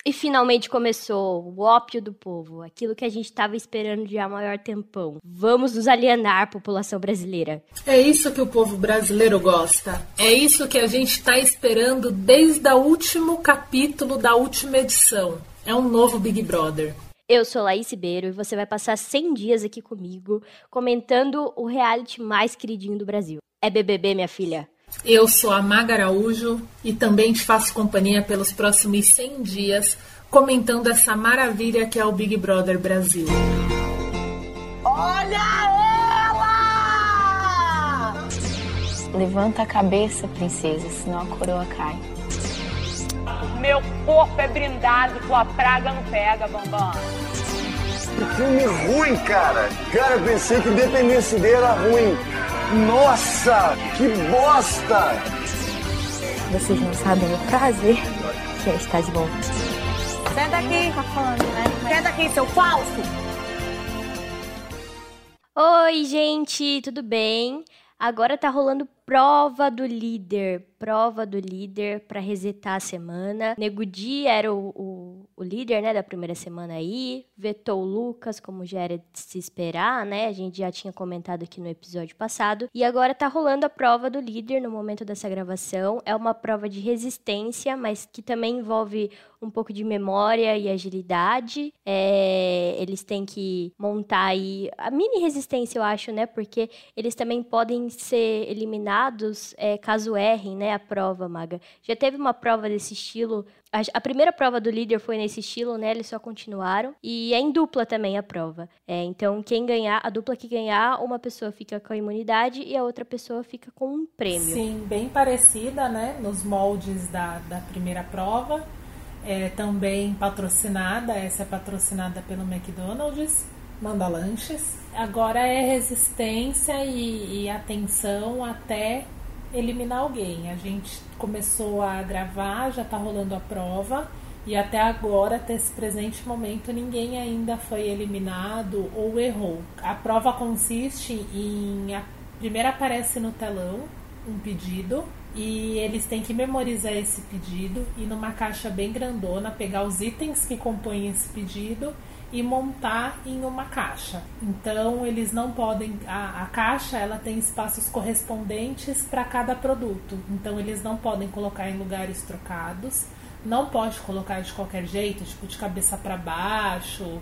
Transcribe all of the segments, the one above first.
E finalmente começou o ópio do povo, aquilo que a gente estava esperando já há maior tempão. Vamos nos alienar, população brasileira. É isso que o povo brasileiro gosta. É isso que a gente está esperando desde o último capítulo da última edição. É um novo Big Brother. Eu sou Laís Ribeiro e você vai passar 100 dias aqui comigo comentando o reality mais queridinho do Brasil. É BBB, minha filha? Eu sou a Maga Araújo e também te faço companhia pelos próximos 100 dias comentando essa maravilha que é o Big Brother Brasil. Olha ela! Levanta a cabeça, princesa, senão a coroa cai. Meu corpo é brindado, tua praga não pega, bambam. Que filme ruim, cara. Cara, eu pensei que Independência Day era ruim. Nossa, que bosta! Vocês não sabem o prazer que é estar de bom. Senta aqui. Tá falando, né? Senta aqui, seu falso. Oi, gente, tudo bem? Agora tá rolando prova do líder para resetar a semana. Nego Di era o líder, né, da primeira semana aí, vetou o Lucas, como já era de se esperar, né, a gente já tinha comentado aqui no episódio passado, e agora tá rolando a prova do líder no momento dessa gravação. É uma prova de resistência, mas que também envolve um pouco de memória e agilidade. Eles têm que montar aí a mini resistência, eu acho, né, porque eles também podem ser eliminados caso errem, né, a prova, Maga. Já teve uma prova desse estilo. A primeira prova do líder foi nesse estilo, né? Eles só continuaram. E é em dupla também a prova. Então, quem ganhar, a dupla que ganhar, uma pessoa fica com a imunidade e a outra pessoa fica com um prêmio. Sim, bem parecida, né? Nos moldes da primeira prova. Também patrocinada. Essa é patrocinada pelo McDonald's. Manda lanches. Agora é resistência e atenção até eliminar alguém. A gente começou a gravar, já tá rolando a prova e até agora, até esse presente momento, ninguém ainda foi eliminado ou errou. A prova consiste em primeiro aparece no telão um pedido e eles têm que memorizar esse pedido e numa caixa bem grandona pegar os itens que compõem esse pedido e montar em uma caixa. Então eles não podem, a caixa ela tem espaços correspondentes para cada produto, então eles não podem colocar em lugares trocados, não pode colocar de qualquer jeito, tipo de cabeça para baixo,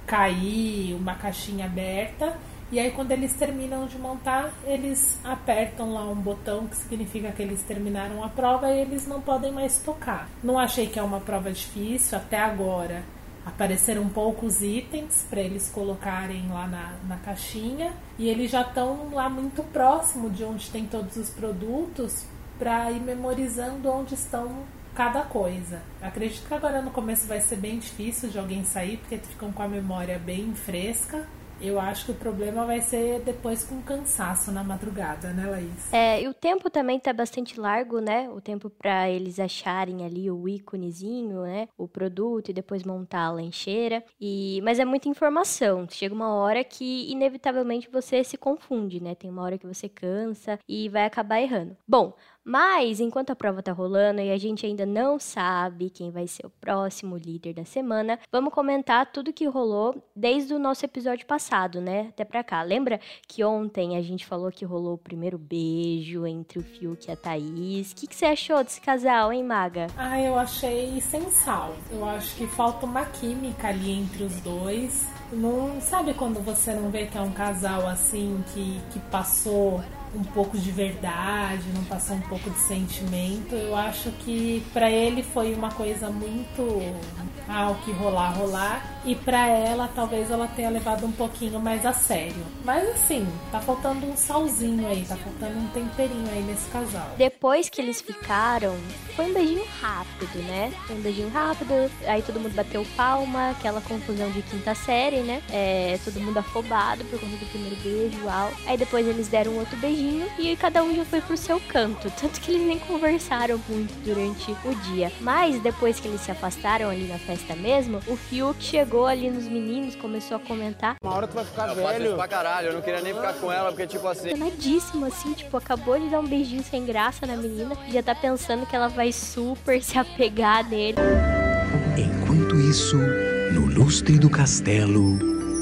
cair, uma caixinha aberta. E aí quando eles terminam de montar, eles apertam lá um botão que significa que eles terminaram a prova e eles não podem mais tocar. Não achei que é uma prova difícil até agora. Apareceram poucos itens para eles colocarem lá na caixinha e eles já estão lá muito próximo de onde tem todos os produtos para ir memorizando onde estão cada coisa. Acredito que agora no começo vai ser bem difícil de alguém sair porque ficam com a memória bem fresca. Eu acho que o problema vai ser depois com cansaço na madrugada, né, Laís? E o tempo também tá bastante largo, né? O tempo para eles acharem ali o íconezinho, né? O produto e depois montar a lancheira. Mas é muita informação. Chega uma hora que, inevitavelmente, você se confunde, né? Tem uma hora que você cansa e vai acabar errando. Bom, mas enquanto a prova tá rolando e a gente ainda não sabe quem vai ser o próximo líder da semana, vamos comentar tudo que rolou desde o nosso episódio passado, né? Até pra cá. Lembra que ontem a gente falou que rolou o primeiro beijo entre o Fiuk e a Thaís? O que você achou desse casal, hein, Maga? Eu achei sem sal. Eu acho que falta uma química ali entre os dois. Não sabe quando você não vê que é um casal assim que passou um pouco de verdade, não passou um pouco de sentimento. Eu acho que pra ele foi uma coisa muito o que rolar. E pra ela, talvez ela tenha levado um pouquinho mais a sério. Mas assim, tá faltando um salzinho aí, tá faltando um temperinho aí nesse casal. Depois que eles ficaram, foi um beijinho rápido, né? Foi um beijinho rápido, aí todo mundo bateu palma, aquela confusão de quinta série, né? Todo mundo afobado por conta do primeiro beijo, uau. Aí depois eles deram outro beijinho e cada um já foi pro seu canto. Tanto que eles nem conversaram muito durante o dia. Mas depois que eles se afastaram ali na festa mesmo, o Fiuk chegou ali nos meninos, começou a comentar. Uma hora tu vai ficar velho. Eu faço isso pra caralho, eu não queria nem ficar com ela, porque tipo assim... Apaixonadíssimo, assim, tipo, acabou de dar um beijinho sem graça na menina, já tá pensando que ela vai super se apegar nele. Enquanto Enquanto isso, no lustre do castelo...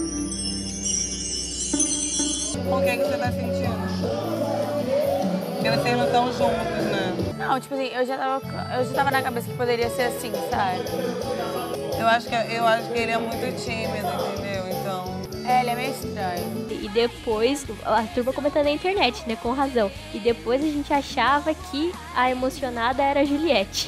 Com o que você tá sentindo? Porque vocês não estão juntos, né? Não, tipo assim, eu já tava na cabeça que poderia ser assim, sabe? Eu acho que ele é muito tímido, entendeu? Então... Ele é meio estranho. E depois, a turma comentando na internet, né, com razão. E depois a gente achava que a emocionada era a Juliette.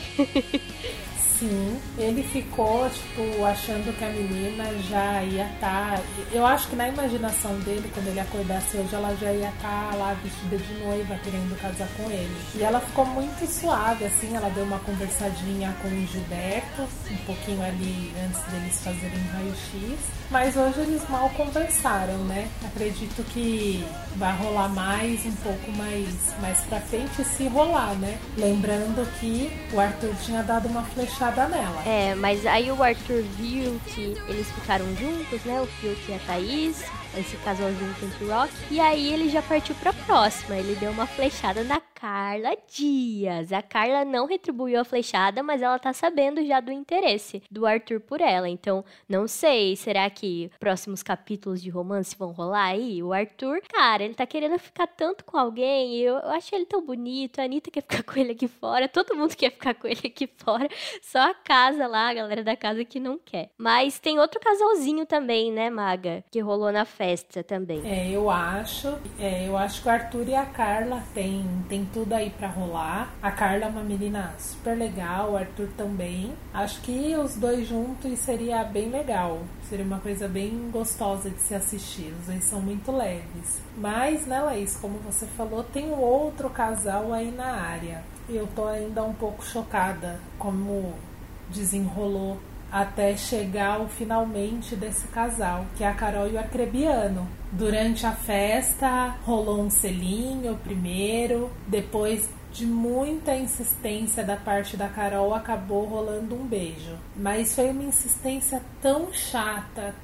Sim, ele ficou, tipo, achando que a menina já ia estar... Eu acho que na imaginação dele, quando ele acordasse hoje, ela já ia estar lá vestida de noiva, querendo casar com ele. E ela ficou muito suave, assim, ela deu uma conversadinha com o Gilberto, um pouquinho ali antes deles fazerem raio-x. Mas hoje eles mal conversaram, né? Acredito que vai rolar mais, um pouco mais pra frente, se rolar, né? Lembrando que o Arthur tinha dado uma flechada nela. Mas aí o Arthur viu que eles ficaram juntos, né? O Fiuk e a Thaís, esse casalzinho entre Rock. E aí ele já partiu pra próxima. Ele deu uma flechada na Carla Dias. A Carla não retribuiu a flechada, mas ela tá sabendo já do interesse do Arthur por ela. Então, não sei, será que próximos capítulos de romance vão rolar aí? O Arthur, cara, ele tá querendo ficar tanto com alguém. Eu acho ele tão bonito. A Anitta quer ficar com ele aqui fora. Todo mundo quer ficar com ele aqui fora. Só a casa lá, a galera da casa que não quer. Mas tem outro casalzinho também, né, Maga? Que rolou na festa também. Eu acho que o Arthur e a Carla tem tudo aí pra rolar. A Carla é uma menina super legal, o Arthur também. Acho que os dois juntos seria bem legal. Seria uma coisa bem gostosa de se assistir. Os dois são muito leves. Mas, né, Laís, como você falou, tem um outro casal aí na área. Eu tô ainda um pouco chocada como desenrolou até chegar ao finalmente desse casal, que é a Carol e o Arcrebiano. Durante a festa rolou um selinho primeiro, depois de muita insistência da parte da Carol, acabou rolando um beijo. Mas foi uma insistência tão chata,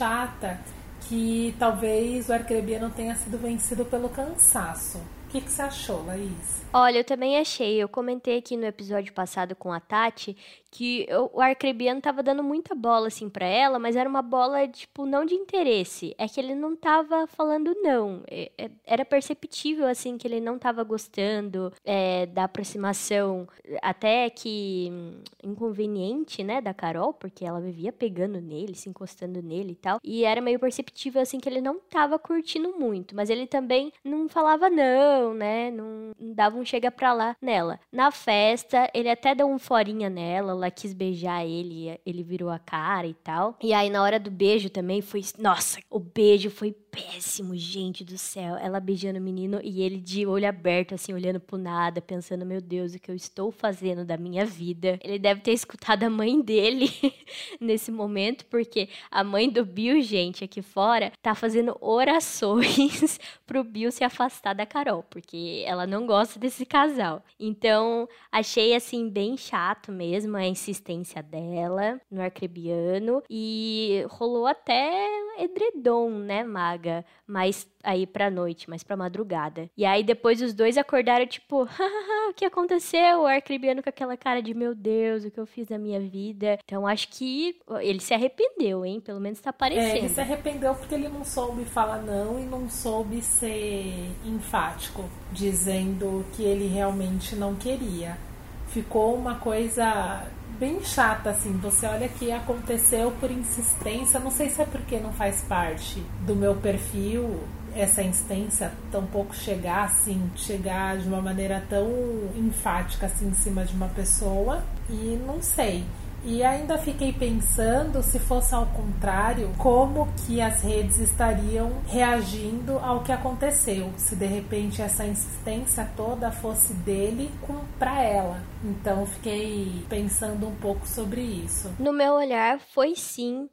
que talvez o Arcrebiano tenha sido vencido pelo cansaço. O que você achou, Laís? Olha, eu também achei. Eu comentei aqui no episódio passado com a Tati que o Arcrebiano tava dando muita bola, assim, pra ela, mas era uma bola, tipo, não de interesse. É que ele não tava falando não. Era perceptível, assim, que ele não tava gostando da aproximação, até que inconveniente, né, da Carol, porque ela vivia pegando nele, se encostando nele e tal. E era meio perceptível, assim, que ele não tava curtindo muito, mas ele também não falava não, né, não dava um chega pra lá nela. Na festa, ele até deu um forinha nela, ela quis beijar ele virou a cara e tal. E aí, na hora do beijo também, nossa, o beijo foi péssimo, gente do céu. Ela beijando o menino e ele de olho aberto, assim, olhando pro nada, pensando, meu Deus, o que eu estou fazendo da minha vida? Ele deve ter escutado a mãe dele nesse momento, porque a mãe do Bill, gente, aqui fora, tá fazendo orações pro Bill se afastar da Carol, porque ela não gosta desse casal. Então, achei, assim, bem chato mesmo a insistência dela no Arcrebiano, e rolou até edredom, né, Maga? Mas aí pra noite, mais pra madrugada. E aí depois os dois acordaram, tipo, o que aconteceu? O Arcrebiano com aquela cara de, meu Deus, o que eu fiz na minha vida? Então acho que ele se arrependeu, hein? Pelo menos tá parecendo. Ele se arrependeu porque ele não soube falar não e não soube ser enfático, dizendo que ele realmente não queria. Ficou uma coisa bem chata, assim. Você olha que aconteceu por insistência. Não sei se é porque não faz parte do meu perfil essa insistência, tampouco chegar de uma maneira tão enfática assim em cima de uma pessoa. E não sei. E ainda fiquei pensando, se fosse ao contrário, como que as redes estariam reagindo ao que aconteceu, se de repente essa insistência toda fosse dele pra ela. Então fiquei pensando um pouco sobre isso. No meu olhar, foi sim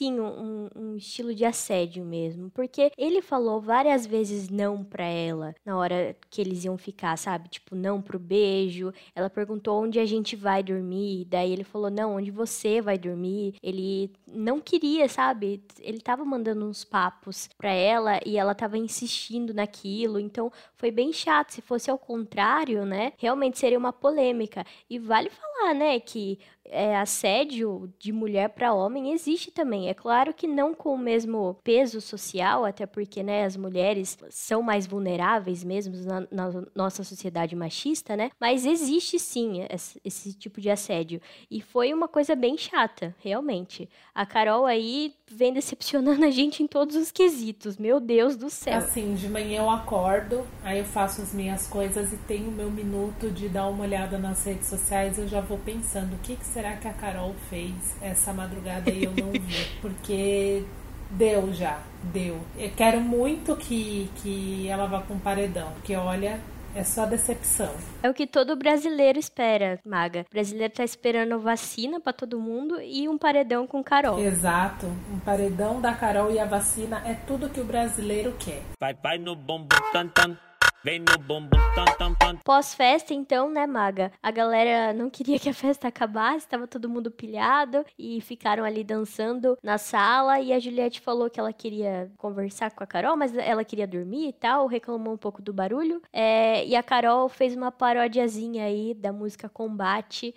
um estilo de assédio mesmo, porque ele falou várias vezes não pra ela na hora que eles iam ficar, sabe? Tipo, não pro beijo. Ela perguntou onde a gente vai dormir, daí ele falou, não, onde você vai dormir. Ele não queria, sabe? Ele tava mandando uns papos pra ela e ela tava insistindo naquilo, então foi bem chato. Se fosse ao contrário, né? Realmente seria uma polêmica. E vale falar, né, que assédio de mulher para homem existe também. É claro que não com o mesmo peso social, até porque, né, as mulheres são mais vulneráveis mesmo na nossa sociedade machista, né? Mas existe sim esse tipo de assédio. E foi uma coisa bem chata, realmente. A Carol aí vem decepcionando a gente em todos os quesitos. Meu Deus do céu. Assim, de manhã eu acordo, aí eu faço as minhas coisas e tenho o meu minuto de dar uma olhada nas redes sociais. Eu já vou pensando, o que será que a Carol fez essa madrugada e eu não vi? Porque deu. Eu quero muito que ela vá com paredão, porque olha... É só decepção. É o que todo brasileiro espera, Maga. O brasileiro tá esperando vacina pra todo mundo e um paredão com Carol. Exato. Um paredão da Carol e a vacina é tudo que o brasileiro quer. Vai no bumbum tan tan. Vem no bumbum tan tan tan. Pós-festa, então, né, Maga? A galera não queria que a festa acabasse, tava todo mundo pilhado e ficaram ali dançando na sala. E a Juliette falou que ela queria conversar com a Carol, mas ela queria dormir e tal, reclamou um pouco do barulho. E a Carol fez uma parodiazinha aí da música Combate.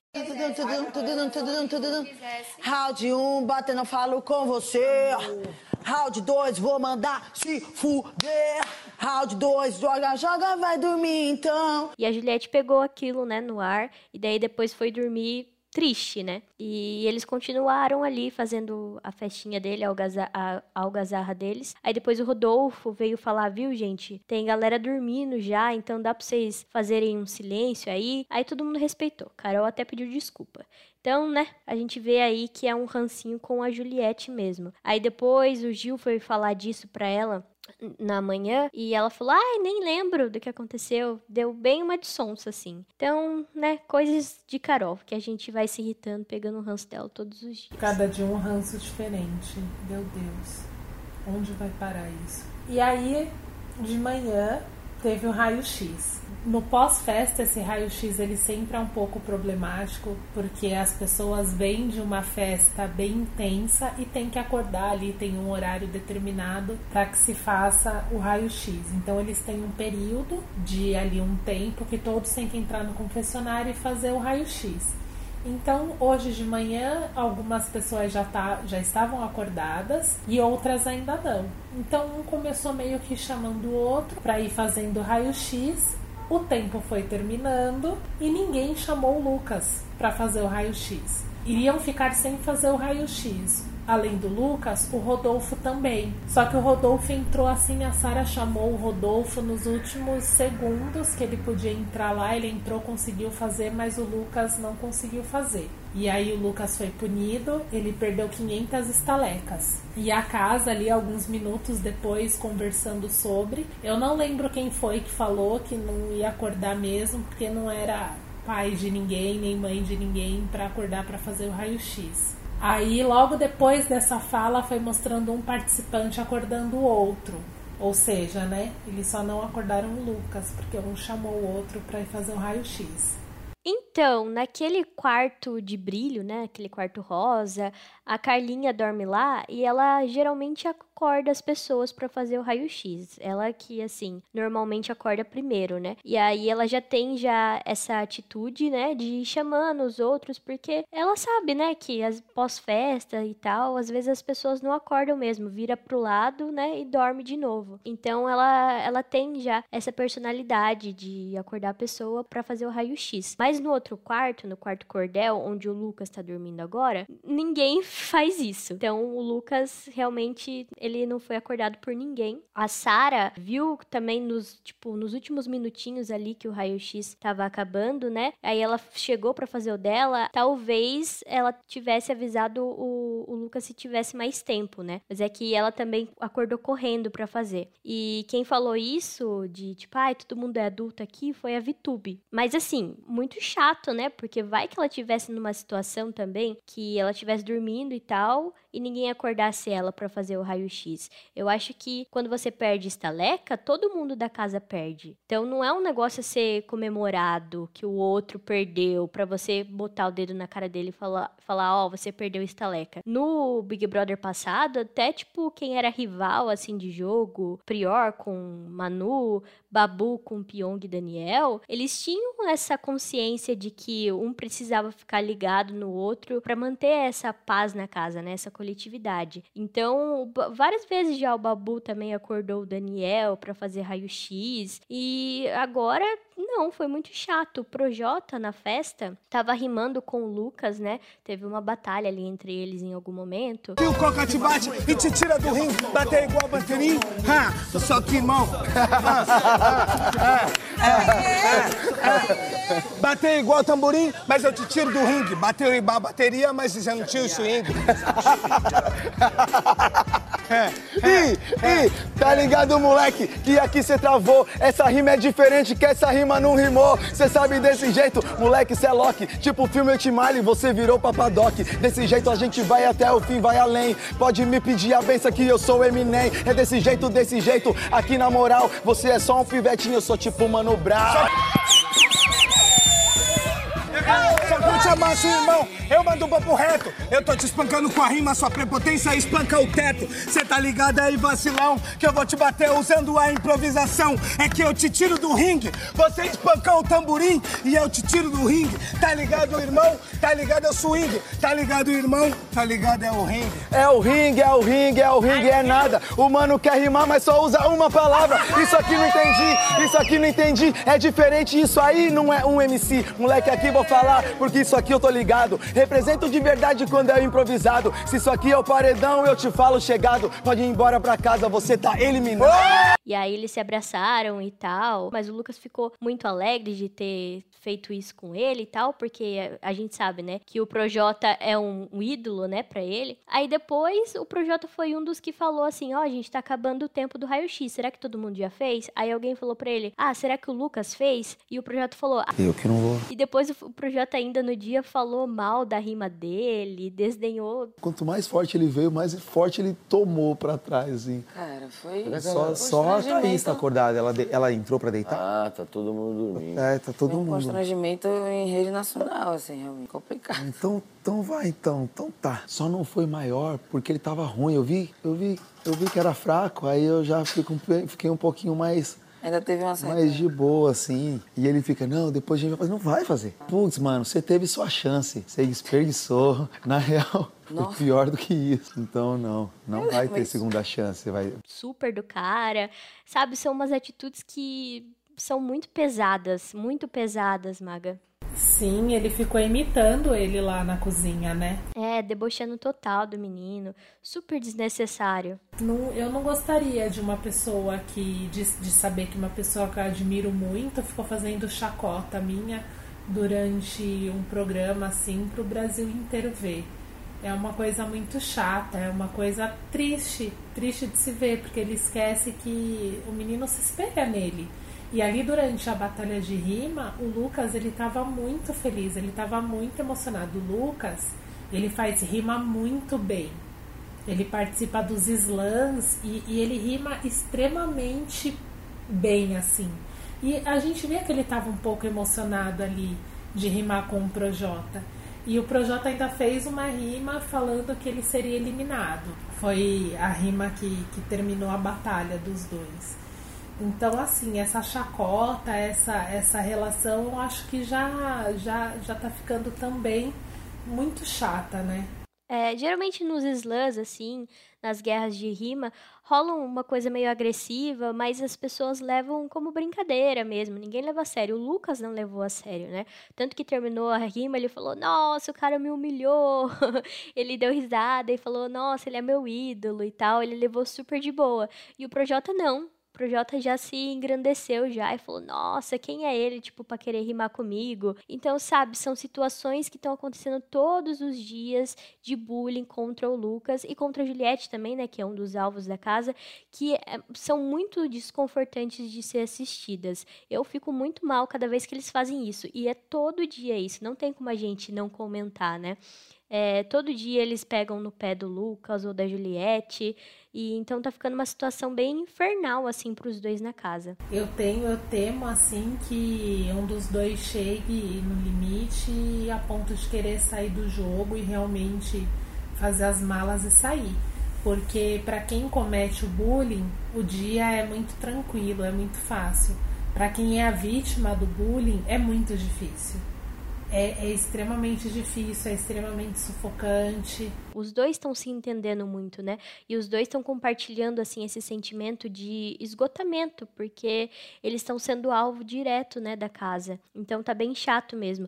Round 1, batendo, eu falo com você. Round 2, vou mandar se fuder. Round 2, joga, vai dormir então. E a Juliette pegou aquilo, né, no ar. E daí depois foi dormir triste, né? E eles continuaram ali fazendo a festinha dele, a algazarra deles. Aí depois o Rodolfo veio falar, viu, gente? Tem galera dormindo já, então dá pra vocês fazerem um silêncio aí. Aí todo mundo respeitou. Carol até pediu desculpa. Então, né, a gente vê aí que é um rancinho com a Juliette mesmo. Aí depois o Gil foi falar disso pra ela na manhã e ela falou, nem lembro do que aconteceu. Deu bem uma de sonsa, assim. Então, né, coisas de Carol, que a gente vai se irritando, pegando o ranço dela todos os dias. Cada dia um ranço diferente. Meu Deus, onde vai parar isso? E aí, de manhã, teve o raio-x. No pós-festa, esse raio-x ele sempre é um pouco problemático, porque as pessoas vêm de uma festa bem intensa e tem que acordar ali, tem um horário determinado para que se faça o raio-x. Então eles têm um período de ali um tempo que todos têm que entrar no confessionário e fazer o raio-x. Então, hoje de manhã, algumas pessoas já estavam acordadas e outras ainda não. Então, um começou meio que chamando o outro para ir fazendo o raio-x. O tempo foi terminando e ninguém chamou o Lucas para fazer o raio-x. Iriam ficar sem fazer o raio-x. Além do Lucas, o Rodolfo também. Só que o Rodolfo entrou assim, a Sara chamou o Rodolfo nos últimos segundos que ele podia entrar lá. Ele entrou, conseguiu fazer, mas o Lucas não conseguiu fazer. E aí o Lucas foi punido, ele perdeu 500 estalecas. E a casa ali, alguns minutos depois, conversando sobre... Eu não lembro quem foi que falou que não ia acordar mesmo, porque não era pai de ninguém, nem mãe de ninguém para acordar para fazer o raio-x. Aí, logo depois dessa fala, foi mostrando um participante acordando o outro. Ou seja, né, eles só não acordaram o Lucas, porque um chamou o outro para ir fazer o raio-x. Então, naquele quarto de brilho, né, aquele quarto rosa, a Carlinha dorme lá e ela geralmente acorda as pessoas pra fazer o raio-x. Ela que, assim, normalmente acorda primeiro, né? E aí ela já tem essa atitude, né, de ir chamando os outros, porque ela sabe, né, que pós-festa e tal, às vezes as pessoas não acordam mesmo, vira pro lado, né, e dorme de novo. Então ela tem já essa personalidade de acordar a pessoa pra fazer o raio-x. Mas no outro quarto, no quarto cordel, onde o Lucas tá dormindo agora, ninguém faz isso. Então, o Lucas, realmente, ele não foi acordado por ninguém. A Sara viu também nos últimos minutinhos ali que o raio-x tava acabando, né? Aí ela chegou pra fazer o dela. Talvez ela tivesse avisado o Lucas se tivesse mais tempo, né? Mas é que ela também acordou correndo pra fazer. E quem falou isso, de tipo, todo mundo é adulto aqui, foi a Vitube. Mas assim, muito chato, né? Porque vai que ela tivesse numa situação também que ela estivesse dormindo e tal, e ninguém acordasse ela pra fazer o raio-x. Eu acho que quando você perde estaleca, todo mundo da casa perde. Então não é um negócio a ser comemorado que o outro perdeu pra você botar o dedo na cara dele e falar, você perdeu estaleca. No Big Brother passado, até tipo quem era rival assim de jogo, Prior com Manu, Babu com Pyong e Daniel, eles tinham essa consciência de que um precisava ficar ligado no outro para manter essa paz na casa, né? Essa coletividade. Então, várias vezes já o Babu também acordou o Daniel para fazer raio-x e agora não, foi muito chato. O Projota na festa tava rimando com o Lucas, né? Teve uma batalha ali entre eles em algum momento. E o Coca te bate e te tira do ringue, bater igual bateria, só que irmão. Bater igual tamborim, mas eu te tiro do ringue. Bateu igual bateria, mas já não tira o swing. Tá ligado, moleque? Que aqui cê travou. Essa rima é diferente, que essa rima não rimou. Cê sabe desse jeito, moleque, cê é Loki. Tipo filme Ultimali, você virou Papadoc. Desse jeito a gente vai até o fim, vai além. Pode me pedir a benção que eu sou Eminem. É desse jeito, aqui na moral. Você é só um pivetinho, eu sou tipo Mano Brown. Só curte a massa, irmão, eu mando o papo reto. Eu tô te espancando com a rima, sua prepotência espanca o teto. Cê tá ligado aí, vacilão, que eu vou te bater usando a improvisação. É que eu te tiro do ringue, você espancou o tamborim e eu te tiro do ringue. Tá ligado, irmão? Tá ligado, é o swing. Tá ligado, irmão? Tá ligado, é o ringue. É o ringue, é o ringue, é o ringue, é nada. O mano quer rimar, mas só usa uma palavra. Isso aqui não entendi, isso aqui não entendi. É diferente, isso aí não é um MC. Moleque, aqui vou falar, porque isso aqui eu tô ligado. Represento de verdade quando é improvisado. Se isso aqui é o paredão, eu te falo chegado. Pode ir embora pra casa, você tá eliminado. E aí eles se abraçaram e tal, mas o Lucas ficou muito alegre de ter feito isso com ele e tal, porque a gente sabe, né, que o Projota é um ídolo, né, pra ele. Aí depois o Projota foi um dos que falou assim, ó, a gente tá acabando o tempo do raio-x, será que todo mundo já fez? Aí alguém falou pra ele, será que o Lucas fez? E o Projota falou, eu que não vou. E depois o Projota ainda no dia falou mal da rima dele, desdenhou. Quanto mais forte ele veio, mais forte ele tomou pra trás, assim. Cara, foi... Só a Thaís tá acordada, ela entrou pra deitar? Tá todo mundo dormindo. Tá todo mundo. Constrangimento em rede nacional, assim, realmente complicado. Então vai, então tá. Só não foi maior porque ele tava ruim, eu vi que era fraco, aí eu já fiquei um pouquinho mais... Ainda teve uma certa... mais de boa, assim. E ele fica, não, depois a gente vai fazer. Não vai fazer. Putz, mano, você teve sua chance. Você desperdiçou. Na real, foi pior do que isso. Então, não vai ter segunda chance. Vai... Super do cara. Sabe, são umas atitudes que são muito pesadas, Maga. Sim, ele ficou imitando ele lá na cozinha, né? Debochando total do menino. Super desnecessário. Eu não gostaria de uma pessoa de saber que uma pessoa que eu admiro muito ficou fazendo chacota minha durante um programa assim pro Brasil inteiro ver. É uma coisa muito chata, é uma coisa triste de se ver, porque ele esquece que o menino se espelha nele. E ali durante a batalha de rima, o Lucas, ele tava muito feliz, ele tava muito emocionado. O Lucas, ele faz rima muito bem. Ele participa dos slams e ele rima extremamente bem, assim. E a gente vê que ele tava um pouco emocionado ali de rimar com o Projota. E o Projota ainda fez uma rima falando que ele seria eliminado. Foi a rima que terminou a batalha dos dois. Então, assim, essa chacota, essa relação, eu acho que já tá ficando também muito chata, né? Geralmente nos slams, assim, nas guerras de rima, rola uma coisa meio agressiva, mas as pessoas levam como brincadeira mesmo, ninguém leva a sério. O Lucas não levou a sério, né? Tanto que terminou a rima, ele falou, nossa, o cara me humilhou. Ele deu risada e falou, nossa, ele é meu ídolo e tal. Ele levou super de boa. E o Projota não. O Projota já se engrandeceu já e falou, nossa, quem é ele, tipo, pra querer rimar comigo? Então, sabe, são situações que estão acontecendo todos os dias de bullying contra o Lucas e contra a Juliette também, né, que é um dos alvos da casa, que são muito desconfortantes de ser assistidas. Eu fico muito mal cada vez que eles fazem isso, e é todo dia isso, não tem como a gente não comentar, né? Todo dia eles pegam no pé do Lucas ou da Juliette, e então tá ficando uma situação bem infernal, assim, pros dois na casa. Eu temo, assim, que um dos dois chegue no limite a ponto de querer sair do jogo e realmente fazer as malas e sair. Porque para quem comete o bullying, o dia é muito tranquilo, é muito fácil. Para quem é a vítima do bullying, é muito difícil. É extremamente difícil, é extremamente sufocante. Os dois estão se entendendo muito, né? E os dois estão compartilhando, assim, esse sentimento de esgotamento, porque eles estão sendo alvo direto, né, da casa. Então tá bem chato mesmo.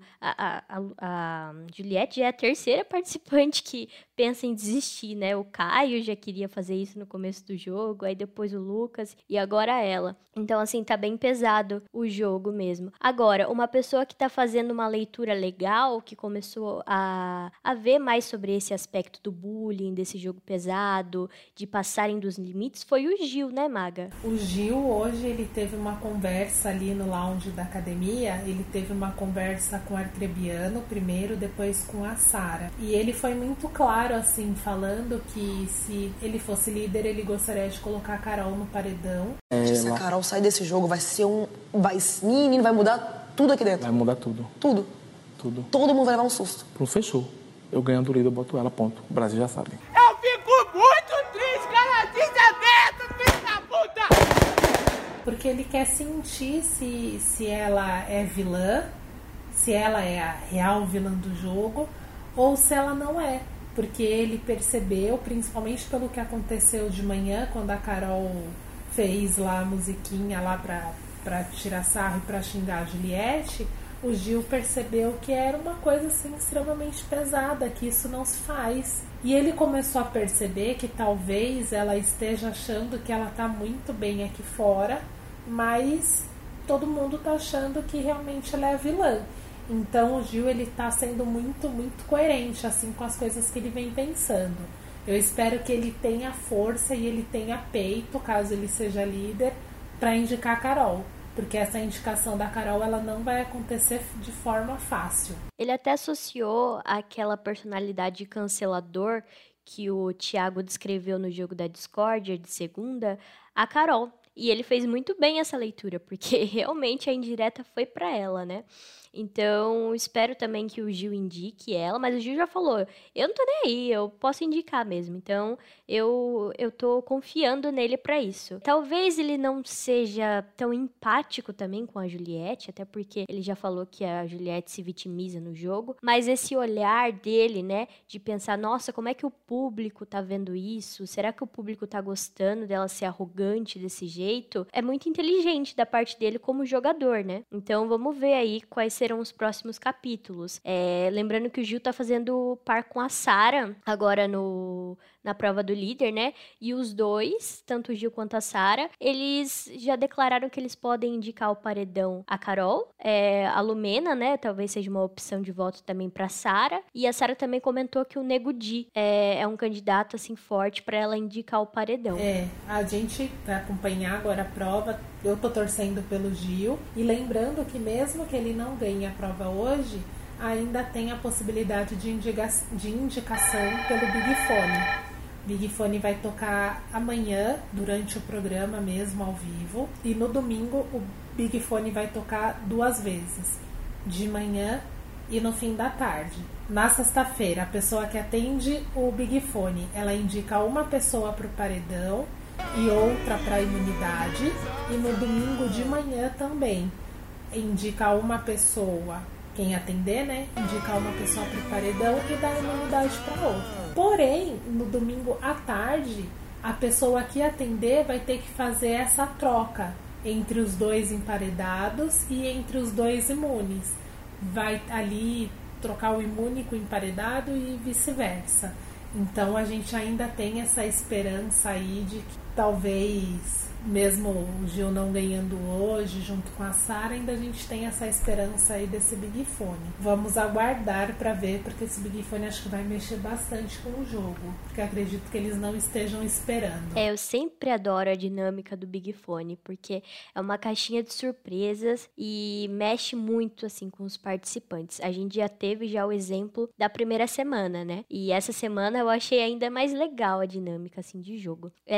A Juliette já é a terceira participante que pensa em desistir, né? O Caio já queria fazer isso no começo do jogo, aí depois o Lucas e agora ela. Então, assim, tá bem pesado o jogo mesmo. Agora, uma pessoa que tá fazendo uma leitura legal, que começou a ver mais sobre esse aspecto do bullying, desse jogo pesado, de passarem dos limites, foi o Gil, né, Maga? O Gil, hoje, ele teve uma conversa ali no lounge da academia, ele teve uma conversa com o Arcrebiano primeiro, depois com a Sara. E ele foi muito claro, assim, falando que se ele fosse líder, ele gostaria de colocar a Carol no paredão. Se a Carol sair desse jogo, vai ser menino, vai mudar tudo aqui dentro. Vai mudar tudo. Tudo. Tudo. Todo mundo vai levar um susto. Pronto, fechou. Eu ganhando o líder, eu boto ela, ponto. O Brasil já sabe. Eu fico muito triste, cara. Desaberto, filho da puta! Porque ele quer sentir se ela é vilã, se ela é a real vilã do jogo, ou se ela não é. Porque ele percebeu, principalmente pelo que aconteceu de manhã, quando a Carol fez lá a musiquinha lá pra tirar sarro e pra xingar a Juliette, o Gil percebeu que era uma coisa assim extremamente pesada, que isso não se faz. E ele começou a perceber que talvez ela esteja achando que ela tá muito bem aqui fora, mas todo mundo tá achando que realmente ela é a vilã. Então o Gil, ele tá sendo muito, muito coerente assim com as coisas que ele vem pensando. Eu espero que ele tenha força e ele tenha peito, caso ele seja líder, para indicar a Carol. Porque essa indicação da Carol, ela não vai acontecer de forma fácil. Ele até associou aquela personalidade cancelador que o Thiago descreveu no jogo da discórdia de segunda, a Carol. E ele fez muito bem essa leitura, porque realmente a indireta foi para ela, né? Então, espero também que o Gil indique ela, mas o Gil já falou, eu não tô nem aí, eu posso indicar mesmo. Então, eu tô confiando nele pra isso. Talvez ele não seja tão empático também com a Juliette, até porque ele já falou que a Juliette se vitimiza no jogo, mas esse olhar dele, né, de pensar, nossa, como é que o público tá vendo isso? Será que o público tá gostando dela ser arrogante desse jeito? É muito inteligente da parte dele como jogador, né? Então, vamos ver aí quais serão os próximos capítulos. Lembrando que o Gil tá fazendo par com a Sara agora na prova do líder, né? E os dois, tanto o Gil quanto a Sara, eles já declararam que eles podem indicar o paredão a Carol, a Lumena, né? Talvez seja uma opção de voto também pra Sara. E a Sara também comentou que o Nego Di é um candidato, assim, forte pra ela indicar o paredão. A gente vai acompanhar agora a prova. Eu tô torcendo pelo Gil. E lembrando que mesmo que ele não ganhe a prova hoje, ainda tem a possibilidade de indicação pelo Big Fone. Big Fone vai tocar amanhã, durante o programa mesmo, ao vivo. E no domingo, o Big Fone vai tocar 2 vezes. De manhã e no fim da tarde. Na sexta-feira, a pessoa que atende o Big Fone, ela indica uma pessoa para o paredão e outra para a imunidade. E no domingo de manhã também indica uma pessoa, quem atender, né, indica uma pessoa para o paredão e dá imunidade para outra. Porém, no domingo à tarde, a pessoa que atender vai ter que fazer essa troca entre os 2 emparedados e entre os 2 imunes. Vai ali trocar o imune com o emparedado e vice-versa. Então a gente ainda tem essa esperança aí de que talvez, mesmo o Gil não ganhando hoje, junto com a Sara, ainda a gente tem essa esperança aí desse Big Fone. Vamos aguardar para ver, porque esse Big Fone acho que vai mexer bastante com o jogo, porque acredito que eles não estejam esperando. Eu sempre adoro a dinâmica do Big Fone, porque é uma caixinha de surpresas e mexe muito, assim, com os participantes. A gente já teve o exemplo da primeira semana, né? E essa semana eu achei ainda mais legal a dinâmica, assim, de jogo. O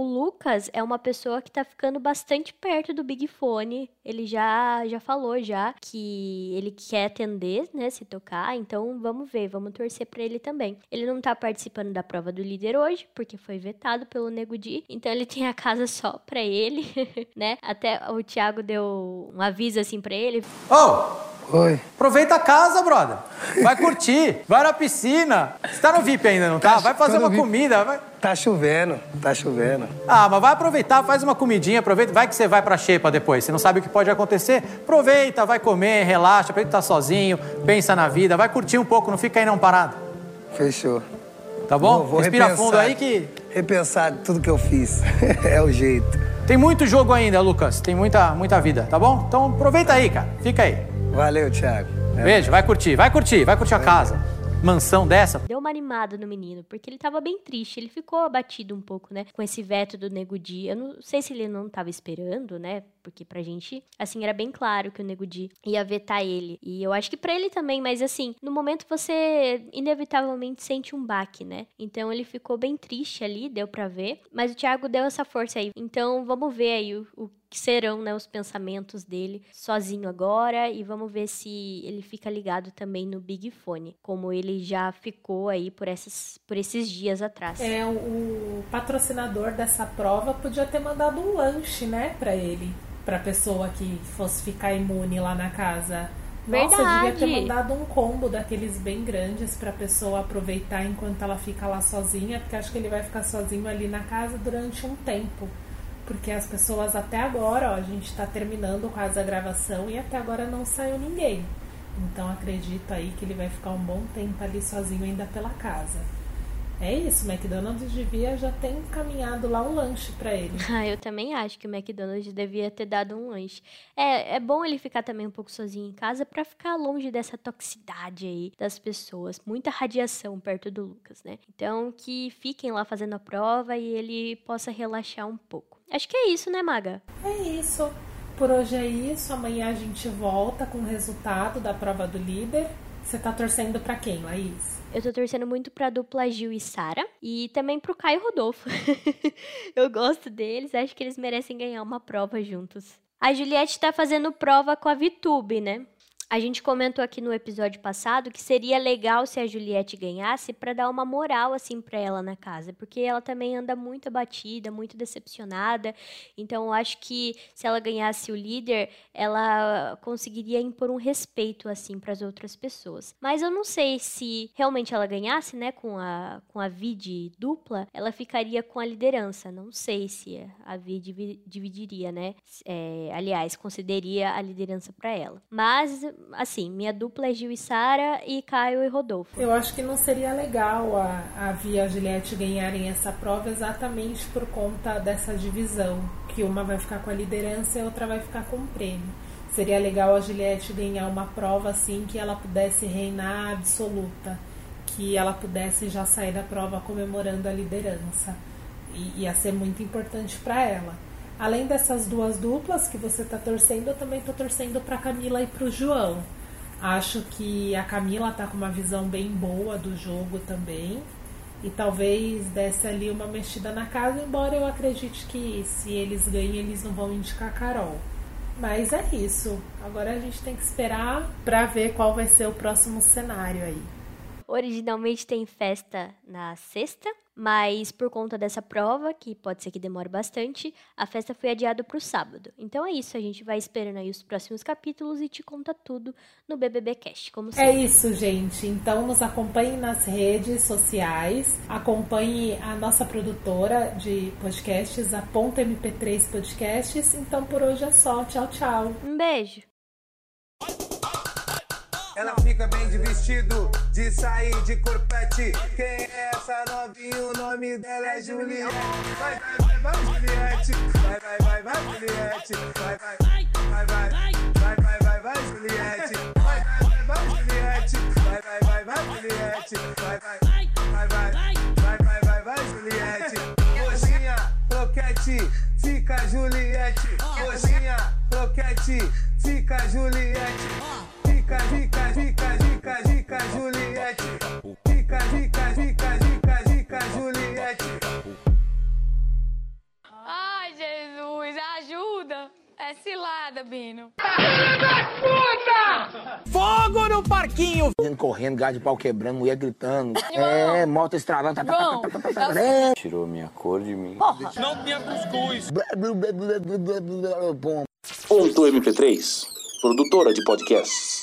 Lucas é uma pessoa que tá ficando bastante perto do Big Fone. Ele já falou já que ele quer atender, né, se tocar. Então, vamos ver, vamos torcer pra ele também. Ele não tá participando da prova do líder hoje, porque foi vetado pelo Nego Di. Então, ele tem a casa só pra ele, né? Até o Thiago deu um aviso assim pra ele. Oi. Aproveita a casa, brother. Vai curtir. Vai na piscina. Você tá no VIP ainda, não tá? Vai fazer uma comida. Vai... Tá chovendo. Ah, mas vai aproveitar, faz uma comidinha, aproveita. Vai que você vai pra xepa depois. Você não sabe o que pode acontecer. Aproveita, vai comer, relaxa. Aproveita que tá sozinho, pensa na vida. Vai curtir um pouco, não fica aí não parado. Fechou. Tá bom? Vou Respira repensar, fundo aí que... Repensar tudo que eu fiz. É o jeito. Tem muito jogo ainda, Lucas. Tem muita vida, tá bom? Então aproveita aí, cara. Fica aí. Valeu, Thiago. Beijo, vai curtir a casa. Mansão dessa. Deu uma animada no menino, porque ele tava bem triste. Ele ficou abatido um pouco, né, com esse veto do Nego Di. Eu não sei se ele não tava esperando, né, porque pra gente, assim, era bem claro que o Nego Di ia vetar ele. E eu acho que pra ele também, mas assim, no momento você inevitavelmente sente um baque, né? Então ele ficou bem triste ali, deu pra ver. Mas o Thiago deu essa força aí. Então vamos ver aí o que serão, né, os pensamentos dele sozinho agora, e vamos ver se ele fica ligado também no Big Fone, como ele já ficou aí por esses dias atrás. O patrocinador dessa prova podia ter mandado um lanche, né, pra ele, pra pessoa que fosse ficar imune lá na casa. Verdade. Nossa, devia ter mandado um combo daqueles bem grandes pra pessoa aproveitar enquanto ela fica lá sozinha, porque acho que ele vai ficar sozinho ali na casa durante um tempo. Porque as pessoas até agora, a gente tá terminando quase a gravação e até agora não saiu ninguém. Então acredito aí que ele vai ficar um bom tempo ali sozinho ainda pela casa. É isso, o McDonald's devia já ter encaminhado lá um lanche pra ele. Eu também acho que o McDonald's devia ter dado um lanche. É bom ele ficar também um pouco sozinho em casa pra ficar longe dessa toxicidade aí das pessoas. Muita radiação perto do Lucas, né? Então que fiquem lá fazendo a prova e ele possa relaxar um pouco. Acho que é isso, né, Maga? É isso. Por hoje é isso. Amanhã a gente volta com o resultado da prova do líder. Você tá torcendo pra quem, Laís? Eu tô torcendo muito pra dupla Gil e Sara. E também pro Caio e Rodolfo. Eu gosto deles. Acho que eles merecem ganhar uma prova juntos. A Juliette tá fazendo prova com a VTube, né? A gente comentou aqui no episódio passado que seria legal se a Juliette ganhasse pra dar uma moral, assim, pra ela na casa. Porque ela também anda muito abatida, muito decepcionada. Então, eu acho que se ela ganhasse o líder, ela conseguiria impor um respeito, assim, pras outras pessoas. Mas eu não sei se realmente ela ganhasse, né, com a Vidi dupla, ela ficaria com a liderança. Não sei se a Vidi dividiria, né? Aliás, concederia a liderança pra ela. Mas... assim, minha dupla é Gil e Sara e Caio e Rodolfo. Eu acho que não seria legal a Via e a Juliette ganharem essa prova exatamente por conta dessa divisão, que uma vai ficar com a liderança e a outra vai ficar com o prêmio. Seria legal a Juliette ganhar uma prova assim que ela pudesse reinar absoluta, que ela pudesse já sair da prova comemorando a liderança. E ia ser muito importante para ela. Além dessas duas duplas que você tá torcendo, eu também tô torcendo pra Camila e pro João. Acho que a Camila tá com uma visão bem boa do jogo também. E talvez desse ali uma mexida na casa, embora eu acredite que se eles ganhem, eles não vão indicar a Carol. Mas é isso. Agora a gente tem que esperar pra ver qual vai ser o próximo cenário aí. Originalmente tem festa na sexta, mas por conta dessa prova, que pode ser que demore bastante, a festa foi adiada para o sábado. Então é isso, a gente vai esperando aí os próximos capítulos e te conta tudo no BBB Cast, como sempre. É isso, gente. Então nos acompanhe nas redes sociais, acompanhe a nossa produtora de podcasts, a .mp3 Podcasts. Então por hoje é só. Tchau, tchau. Um beijo. Ela fica bem de vestido, de sair de corpete. Quem é essa novinha? O nome dela é Juliette. Vai, vai, vai, vai, Juliette. Vai, vai, vai, vai, Juliette. Vai, vai, vai, vai, vai, vai, vai, vai, Juliette. Vai, vai, vai, vai, Juliette. Vai, vai, vai, vai, Juliette. Vai, vai, vai, vai, vai, vai, vai, vai, Juliette. Coxinha, croquete, fica Juliette. Coxinha, croquete, fica Juliette. Fica, fica, fica, fica, fica, Juliette. Fica, fica, fica, fica, fica, Juliette. Chiquinho. Correndo, gás de pau quebrando, mulher gritando. Moto estralando. Tirou minha cor de mim. Porra. Não tinha cuscuz. Ponto MP3, produtora de podcasts.